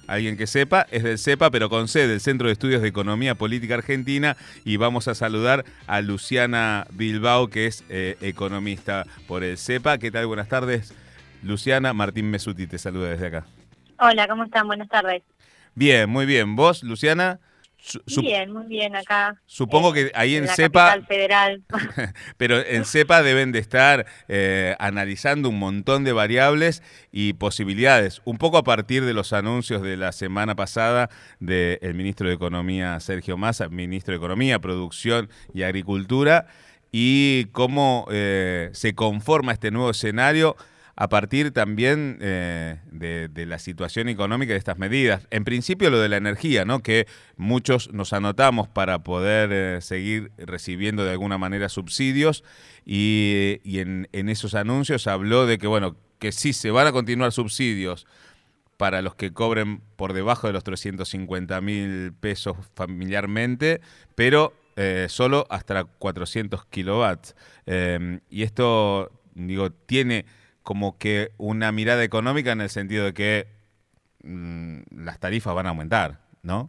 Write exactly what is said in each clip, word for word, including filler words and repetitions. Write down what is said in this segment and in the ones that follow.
alguien que sepa, es del CEPA, pero con C, del Centro de Estudios de Economía Política Argentina, y vamos a saludar a Luciana Bilbao, que es eh, economista por el CEPA. ¿Qué tal? Buenas tardes, Luciana. Martín Mesuti te saluda desde acá. Hola, ¿cómo están? Buenas tardes. Bien, muy bien. ¿Vos, Luciana? Su Bien, muy bien acá, supongo eh, que ahí en en la CEPA, capital federal. pero en CEPA deben de estar eh, analizando un montón de variables y posibilidades, un poco a partir de los anuncios de la semana pasada del ministro de Economía, Sergio Massa, ministro de Economía, Producción y Agricultura, y cómo eh, se conforma este nuevo escenario a partir también eh, de, de la situación económica de estas medidas. En principio lo de la energía, ¿no? Que muchos nos anotamos para poder eh, seguir recibiendo de alguna manera subsidios y, y en, en esos anuncios habló de que, bueno, que sí se van a continuar subsidios para los que cobren por debajo de los trescientos cincuenta mil pesos familiarmente, pero eh, solo hasta cuatrocientos kilowatts. Eh, y esto, digo, tiene como que una mirada económica en el sentido de que mmm, las tarifas van a aumentar, ¿no?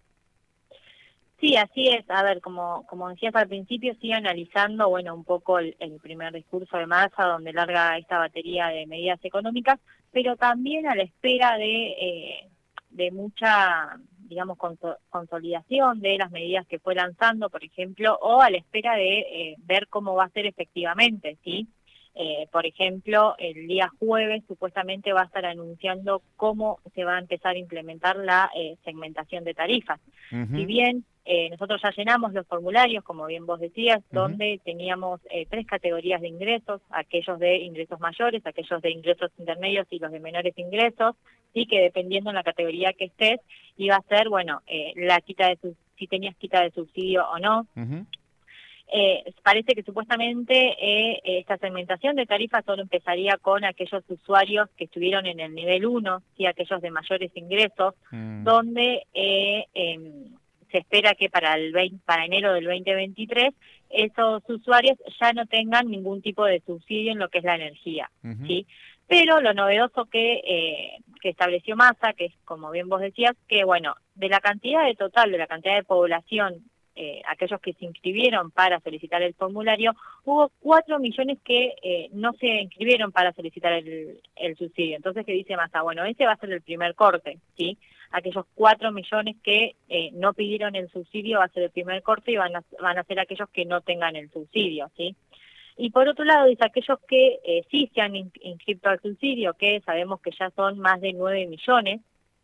Sí, así es. A ver, como como decías al principio, sigue analizando, bueno, un poco el, el primer discurso de Massa, donde larga esta batería de medidas económicas, pero también a la espera de, eh, de mucha, digamos, conso consolidación de las medidas que fue lanzando, por ejemplo, o a la espera de eh, ver cómo va a ser efectivamente, ¿sí? Eh, por ejemplo, el día jueves supuestamente va a estar anunciando cómo se va a empezar a implementar la eh, segmentación de tarifas. Uh-huh. Si bien eh, nosotros ya llenamos los formularios, como bien vos decías, uh-huh. donde teníamos eh, tres categorías de ingresos, aquellos de ingresos mayores, aquellos de ingresos intermedios y los de menores ingresos, sí que dependiendo en la categoría que estés, iba a ser, bueno, eh, la quita de su, si tenías quita de subsidio o no. Uh-huh. Eh, parece que supuestamente eh, esta segmentación de tarifas solo empezaría con aquellos usuarios que estuvieron en el nivel uno, ¿sí? Aquellos de mayores ingresos, mm. donde eh, eh, se espera que para el veinte, para enero del veinte veintitrés esos usuarios ya no tengan ningún tipo de subsidio en lo que es la energía, uh-huh. ¿sí? Pero lo novedoso que, eh, que estableció Massa, que es como bien vos decías, que bueno, de la cantidad de total, de la cantidad de población, Eh, aquellos que se inscribieron para solicitar el formulario, hubo cuatro millones que eh, no se inscribieron para solicitar el, el subsidio. Entonces, ¿qué dice Massa? Bueno, ese va a ser el primer corte, ¿sí? Aquellos cuatro millones que eh, no pidieron el subsidio va a ser el primer corte y van a, van a ser aquellos que no tengan el subsidio, ¿sí? Y por otro lado, dice aquellos que eh, sí se han inscrito al subsidio, que sabemos que ya son más de nueve millones,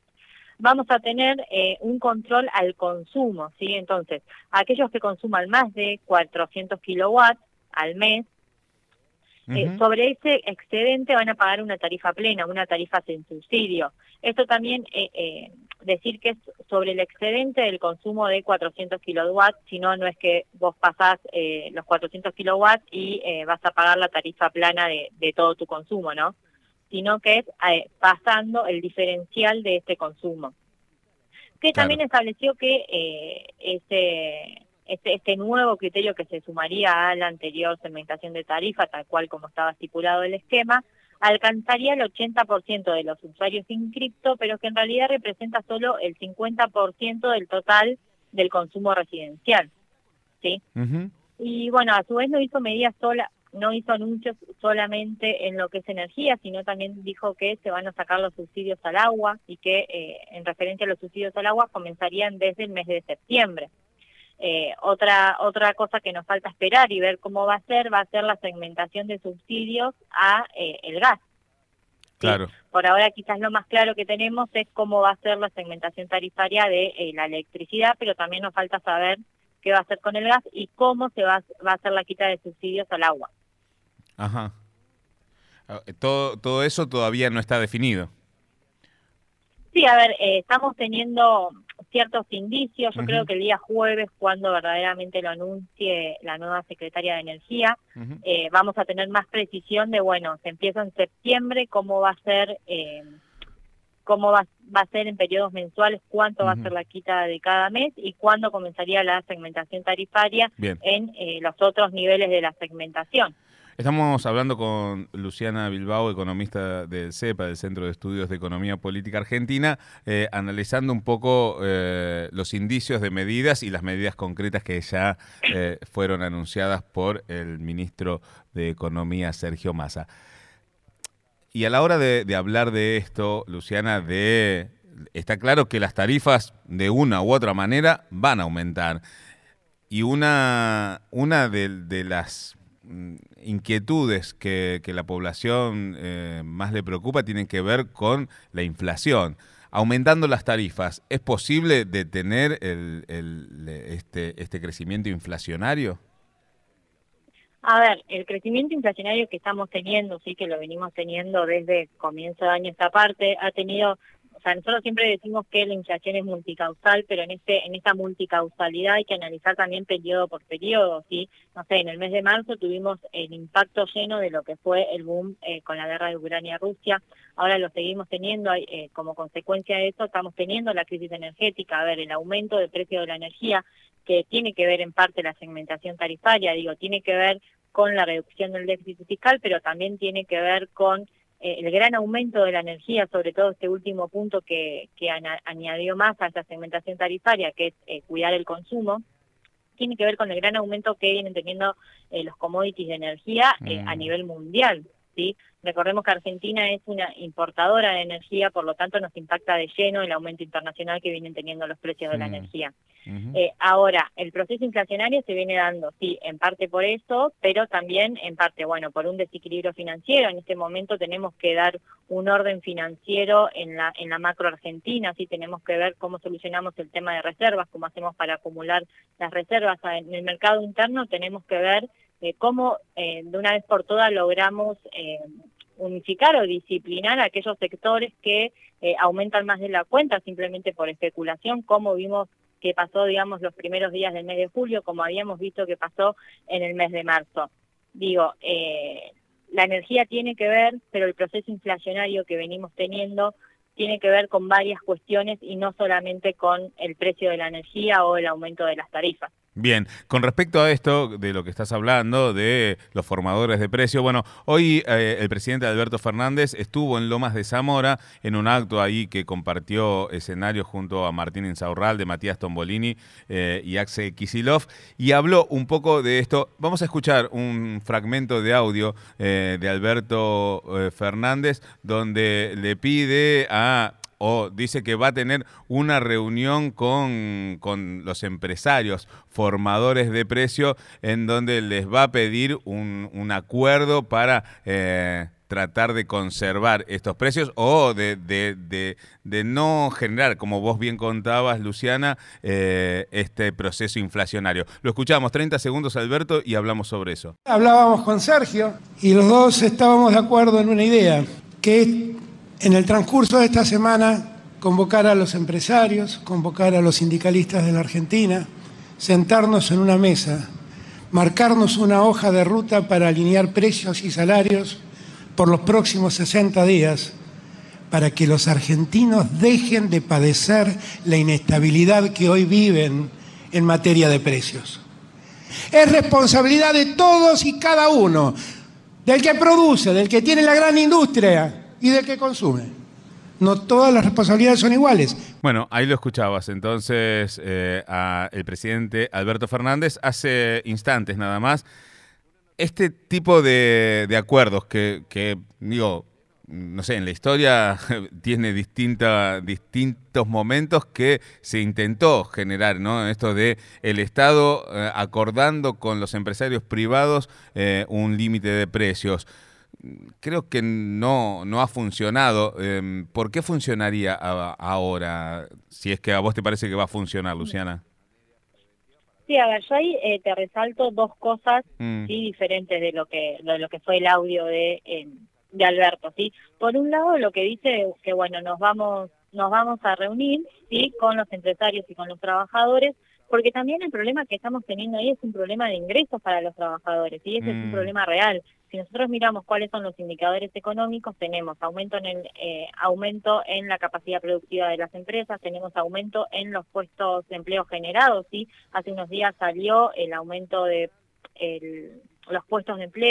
vamos a tener eh, un control al consumo, ¿sí? Entonces, aquellos que consuman más de cuatrocientos kilowatts al mes, uh-huh. eh, sobre ese excedente van a pagar una tarifa plena, una tarifa sin subsidio. Esto también, eh, eh, decir que es sobre el excedente del consumo de cuatrocientos kilowatts, si no, no es que vos pasás eh, los cuatrocientos kilowatts y eh, vas a pagar la tarifa plana de, de todo tu consumo, ¿no? Sino que es eh, pasando el diferencial de este consumo. Que claro. También estableció que eh, ese, este, este nuevo criterio que se sumaría a la anterior segmentación de tarifa, tal cual como estaba estipulado el esquema, alcanzaría el ochenta por ciento de los usuarios inscriptos, pero que en realidad representa solo el cincuenta por ciento del total del consumo residencial, ¿sí? Uh-huh. Y bueno, a su vez no hizo medidas sola, no hizo anuncios solamente en lo que es energía, sino también dijo que se van a sacar los subsidios al agua y que eh, en referencia a los subsidios al agua comenzarían desde el mes de septiembre. Eh, otra otra cosa que nos falta esperar y ver cómo va a ser, va a ser la segmentación de subsidios a eh, el gas. Claro. ¿Sí? Por ahora quizás lo más claro que tenemos es cómo va a ser la segmentación tarifaria de eh, la electricidad, pero también nos falta saber qué va a hacer con el gas y cómo se va, va a hacer la quita de subsidios al agua. Ajá. Todo, todo eso todavía no está definido. Sí, a ver, eh, estamos teniendo ciertos indicios. Yo uh-huh. creo que el día jueves, cuando verdaderamente lo anuncie la nueva secretaria de Energía, uh-huh. eh, vamos a tener más precisión de, bueno, se empieza en septiembre, cómo va a ser, eh, cómo va, va a ser en periodos mensuales, cuánto uh-huh. va a ser la quita de cada mes y cuándo comenzaría la segmentación tarifaria Bien. en eh, los otros niveles de la segmentación. Estamos hablando con Luciana Bilbao, economista del CEPA, del Centro de Estudios de Economía Política Argentina, eh, analizando un poco eh, los indicios de medidas y las medidas concretas que ya eh, fueron anunciadas por el ministro de Economía, Sergio Massa. Y a la hora de, de hablar de esto, Luciana, de está claro que las tarifas de una u otra manera van a aumentar. Y una, una de, de las inquietudes que, que la población eh, más le preocupa tienen que ver con la inflación. Aumentando las tarifas, ¿es posible detener el, el, este, este crecimiento inflacionario? A ver, el crecimiento inflacionario que estamos teniendo, sí que lo venimos teniendo desde comienzo de año esta parte, ha tenido, o sea, nosotros siempre decimos que la inflación es multicausal, pero en este en esta multicausalidad hay que analizar también periodo por periodo, ¿sí? No sé, en el mes de marzo tuvimos el impacto lleno de lo que fue el boom eh, con la guerra de Ucrania-Rusia, ahora lo seguimos teniendo, eh, como consecuencia de eso estamos teniendo la crisis energética, a ver, el aumento del precio de la energía, que tiene que ver en parte la segmentación tarifaria, digo, tiene que ver con la reducción del déficit fiscal, pero también tiene que ver con eh, el gran aumento de la energía, sobre todo este último punto que, que añadió más a esta segmentación tarifaria, que es eh, cuidar el consumo, tiene que ver con el gran aumento que vienen teniendo eh, los commodities de energía eh, mm. a nivel mundial, ¿sí? Recordemos que Argentina es una importadora de energía, por lo tanto nos impacta de lleno el aumento internacional que vienen teniendo los precios de la mm. energía. Uh-huh. Eh, ahora, el proceso inflacionario se viene dando, sí, en parte por eso, pero también en parte, bueno, por un desequilibrio financiero. En este momento tenemos que dar un orden financiero en la en la macro argentina, sí, tenemos que ver cómo solucionamos el tema de reservas, cómo hacemos para acumular las reservas. En el mercado interno tenemos que ver eh, cómo eh, de una vez por todas logramos eh, unificar o disciplinar a aquellos sectores que eh, aumentan más de la cuenta simplemente por especulación, como vimos que pasó, digamos, los primeros días del mes de julio, como habíamos visto que pasó en el mes de marzo. Digo, eh, la energía tiene que ver, pero el proceso inflacionario que venimos teniendo tiene que ver con varias cuestiones y no solamente con el precio de la energía o el aumento de las tarifas. Bien, con respecto a esto de lo que estás hablando, de los formadores de precio, bueno, hoy eh, el presidente Alberto Fernández estuvo en Lomas de Zamora en un acto ahí que compartió escenario junto a Martín Insaurralde, Matías Tombolini eh, y Axel Kicillof, y habló un poco de esto. Vamos a escuchar un fragmento de audio eh, de Alberto eh, Fernández donde le pide a... o dice que va a tener una reunión con, con los empresarios, formadores de precio, en donde les va a pedir un, un acuerdo para eh, tratar de conservar estos precios o de, de, de, de no generar, como vos bien contabas, Luciana, eh, este proceso inflacionario. Lo escuchamos, treinta segundos, Alberto, y hablamos sobre eso. Hablábamos con Sergio y los dos estábamos de acuerdo en una idea, que es en el transcurso de esta semana convocar a los empresarios, convocar a los sindicalistas de la Argentina, sentarnos en una mesa, marcarnos una hoja de ruta para alinear precios y salarios por los próximos sesenta días, para que los argentinos dejen de padecer la inestabilidad que hoy viven en materia de precios. Es responsabilidad de todos y cada uno, del que produce, del que tiene la gran industria y del que consume. No todas las responsabilidades son iguales. Bueno, ahí lo escuchabas entonces eh, a el presidente Alberto Fernández hace instantes nada más. Este tipo de, de acuerdos que, que, digo, no sé, en la historia tiene distinta, distintos momentos que se intentó generar, ¿no? Esto de el Estado eh, acordando con los empresarios privados eh, un límite de precios. Creo que no, no ha funcionado. Eh, ¿Por qué funcionaría a, ahora? Si es que a vos te parece que va a funcionar, Luciana. Sí, a ver, yo ahí eh, te resalto dos cosas mm. sí diferentes de lo que de lo que fue el audio de eh, de Alberto, sí. Por un lado, lo que dice que bueno, nos vamos nos vamos a reunir, sí, con los empresarios y con los trabajadores, porque también el problema que estamos teniendo ahí es un problema de ingresos para los trabajadores, y ese mm. es un problema real. Si nosotros miramos cuáles son los indicadores económicos, tenemos aumento en el eh, aumento en la capacidad productiva de las empresas, tenemos aumento en los puestos de empleo generados, ¿sí? Hace unos días salió el aumento de el, los puestos de empleo,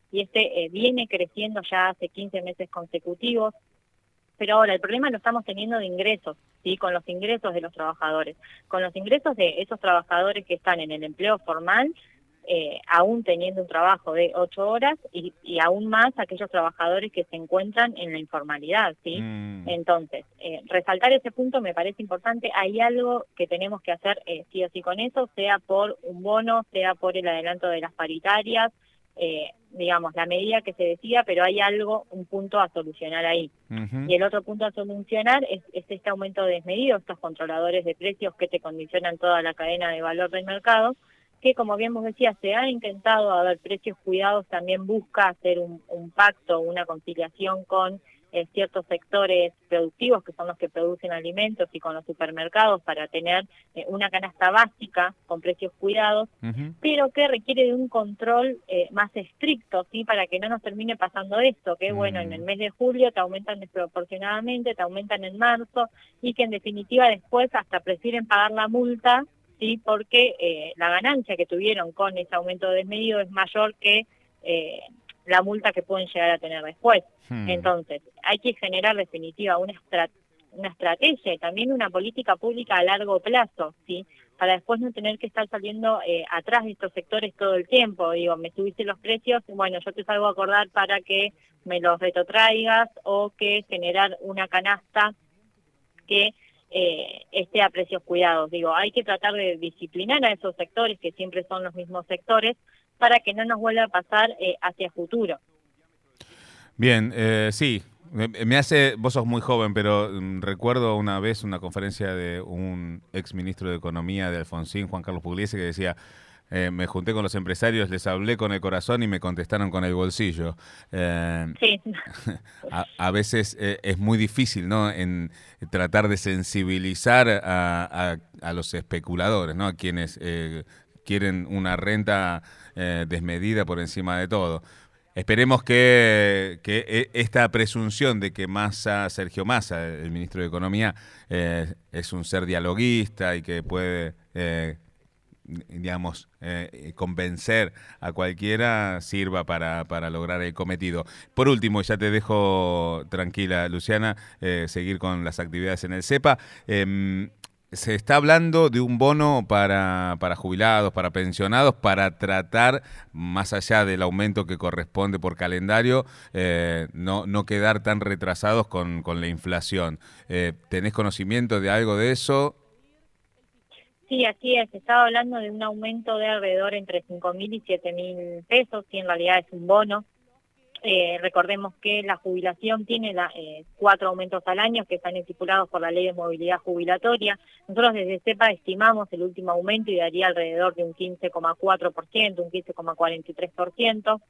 y este eh, viene creciendo ya hace quince meses consecutivos. Pero ahora el problema lo estamos teniendo de ingresos, ¿sí? Con los ingresos de los trabajadores. Con los ingresos de esos trabajadores que están en el empleo formal, eh, aún teniendo un trabajo de ocho horas, y, y aún más aquellos trabajadores que se encuentran en la informalidad, ¿sí? Mm. Entonces, eh, resaltar ese punto me parece importante. Hay algo que tenemos que hacer eh, sí o sí con eso, sea por un bono, sea por el adelanto de las paritarias, Eh, digamos, la medida que se decida, pero hay algo, un punto a solucionar ahí. Uh-huh. Y el otro punto a solucionar es, es este aumento desmedido, estos controladores de precios que te condicionan toda la cadena de valor del mercado, que como bien vos decías, se ha intentado, a ver, Precios Cuidados también busca hacer un, un pacto, una conciliación con eh, ciertos sectores productivos que son los que producen alimentos y con los supermercados para tener eh, una canasta básica con precios cuidados, uh-huh. pero que requiere de un control eh, más estricto, ¿sí? Para que no nos termine pasando esto, que uh-huh. bueno, en el mes de julio te aumentan desproporcionadamente, te aumentan en marzo, y que en definitiva después hasta prefieren pagar la multa, sí, porque eh, la ganancia que tuvieron con ese aumento desmedido es mayor que eh, la multa que pueden llegar a tener después. Hmm. Entonces, hay que generar definitiva una, estra una estrategia y también una política pública a largo plazo, ¿sí? Para después no tener que estar saliendo eh, atrás de estos sectores todo el tiempo. Digo, me subiste los precios, bueno, yo te salgo a acordar para que me los retrotraigas, o que generar una canasta que eh, esté a precios cuidados. Digo, hay que tratar de disciplinar a esos sectores, que siempre son los mismos sectores, para que no nos vuelva a pasar eh, hacia futuro. Bien, eh, sí, me hace, vos sos muy joven, pero um, recuerdo una vez una conferencia de un ex ministro de Economía de Alfonsín, Juan Carlos Pugliese, que decía, eh, me junté con los empresarios, les hablé con el corazón y me contestaron con el bolsillo. Eh, sí. a, a veces eh, es muy difícil, ¿no?, en tratar de sensibilizar a, a, a los especuladores, ¿no?, a quienes eh, quieren una renta eh, desmedida por encima de todo. Esperemos que, que esta presunción de que Massa, Sergio Massa, el ministro de Economía, eh, es un ser dialoguista y que puede, eh, digamos, eh, convencer a cualquiera, sirva para, para lograr el cometido. Por último, ya te dejo tranquila, Luciana, eh, seguir con las actividades en el CEPA. Eh, Se está hablando de un bono para, para jubilados, para pensionados, para tratar, más allá del aumento que corresponde por calendario, eh, no, no quedar tan retrasados con, con la inflación. Eh, ¿Tenés conocimiento de algo de eso? Sí, así es. Se estaba hablando de un aumento de alrededor entre cinco mil y siete mil pesos, y en realidad es un bono. Eh, recordemos que la jubilación tiene la, eh, cuatro aumentos al año que están estipulados por la Ley de Movilidad Jubilatoria. Nosotros desde CEPA estimamos el último aumento y daría alrededor de un quince coma cuatro por ciento, un quince coma cuarenta y tres por ciento.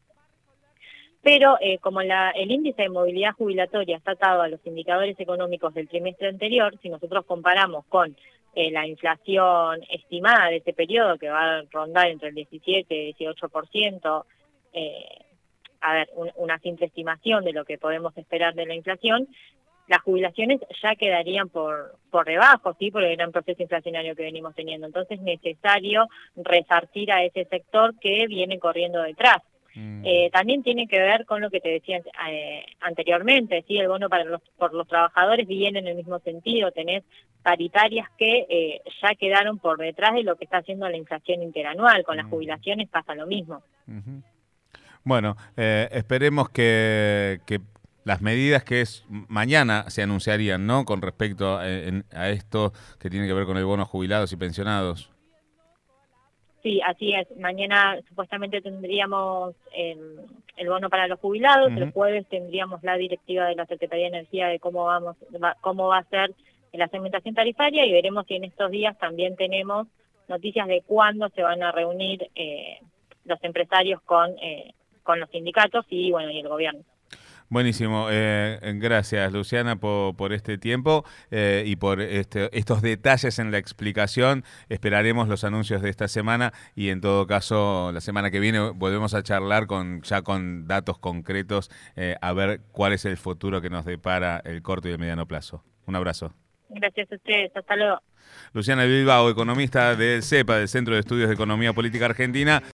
Pero eh, como la, el índice de movilidad jubilatoria está atado a los indicadores económicos del trimestre anterior, si nosotros comparamos con eh, la inflación estimada de este periodo, que va a rondar entre el diecisiete y dieciocho por ciento, eh, a ver, un, una simple estimación de lo que podemos esperar de la inflación, las jubilaciones ya quedarían por, por debajo, ¿sí?, por el gran proceso inflacionario que venimos teniendo. Entonces es necesario resarcir a ese sector que viene corriendo detrás. Mm. Eh, también tiene que ver con lo que te decía eh, anteriormente, ¿sí? El bono para los, por los trabajadores viene en el mismo sentido. Tenés paritarias que eh, ya quedaron por detrás de lo que está haciendo la inflación interanual. Con mm. las jubilaciones pasa lo mismo. Uh-huh. Bueno, eh, esperemos que, que las medidas que es mañana se anunciarían, ¿no?, con respecto a, en, a esto que tiene que ver con el bono a jubilados y pensionados. Sí, así es. Mañana supuestamente tendríamos el, el bono para los jubilados. Uh-huh. El jueves tendríamos la directiva de la Secretaría de Energía de cómo vamos, va, cómo va a ser la segmentación tarifaria, y veremos si en estos días también tenemos noticias de cuándo se van a reunir eh, los empresarios con eh, con los sindicatos y bueno y el gobierno. Buenísimo, eh, gracias Luciana por, por este tiempo eh, y por este, estos detalles en la explicación. Esperaremos los anuncios de esta semana y en todo caso la semana que viene volvemos a charlar con ya con datos concretos eh, a ver cuál es el futuro que nos depara el corto y el mediano plazo. Un abrazo. Gracias a ustedes, hasta luego. Luciana Bilbao, economista del CEPA, del Centro de Estudios de Economía Política Argentina.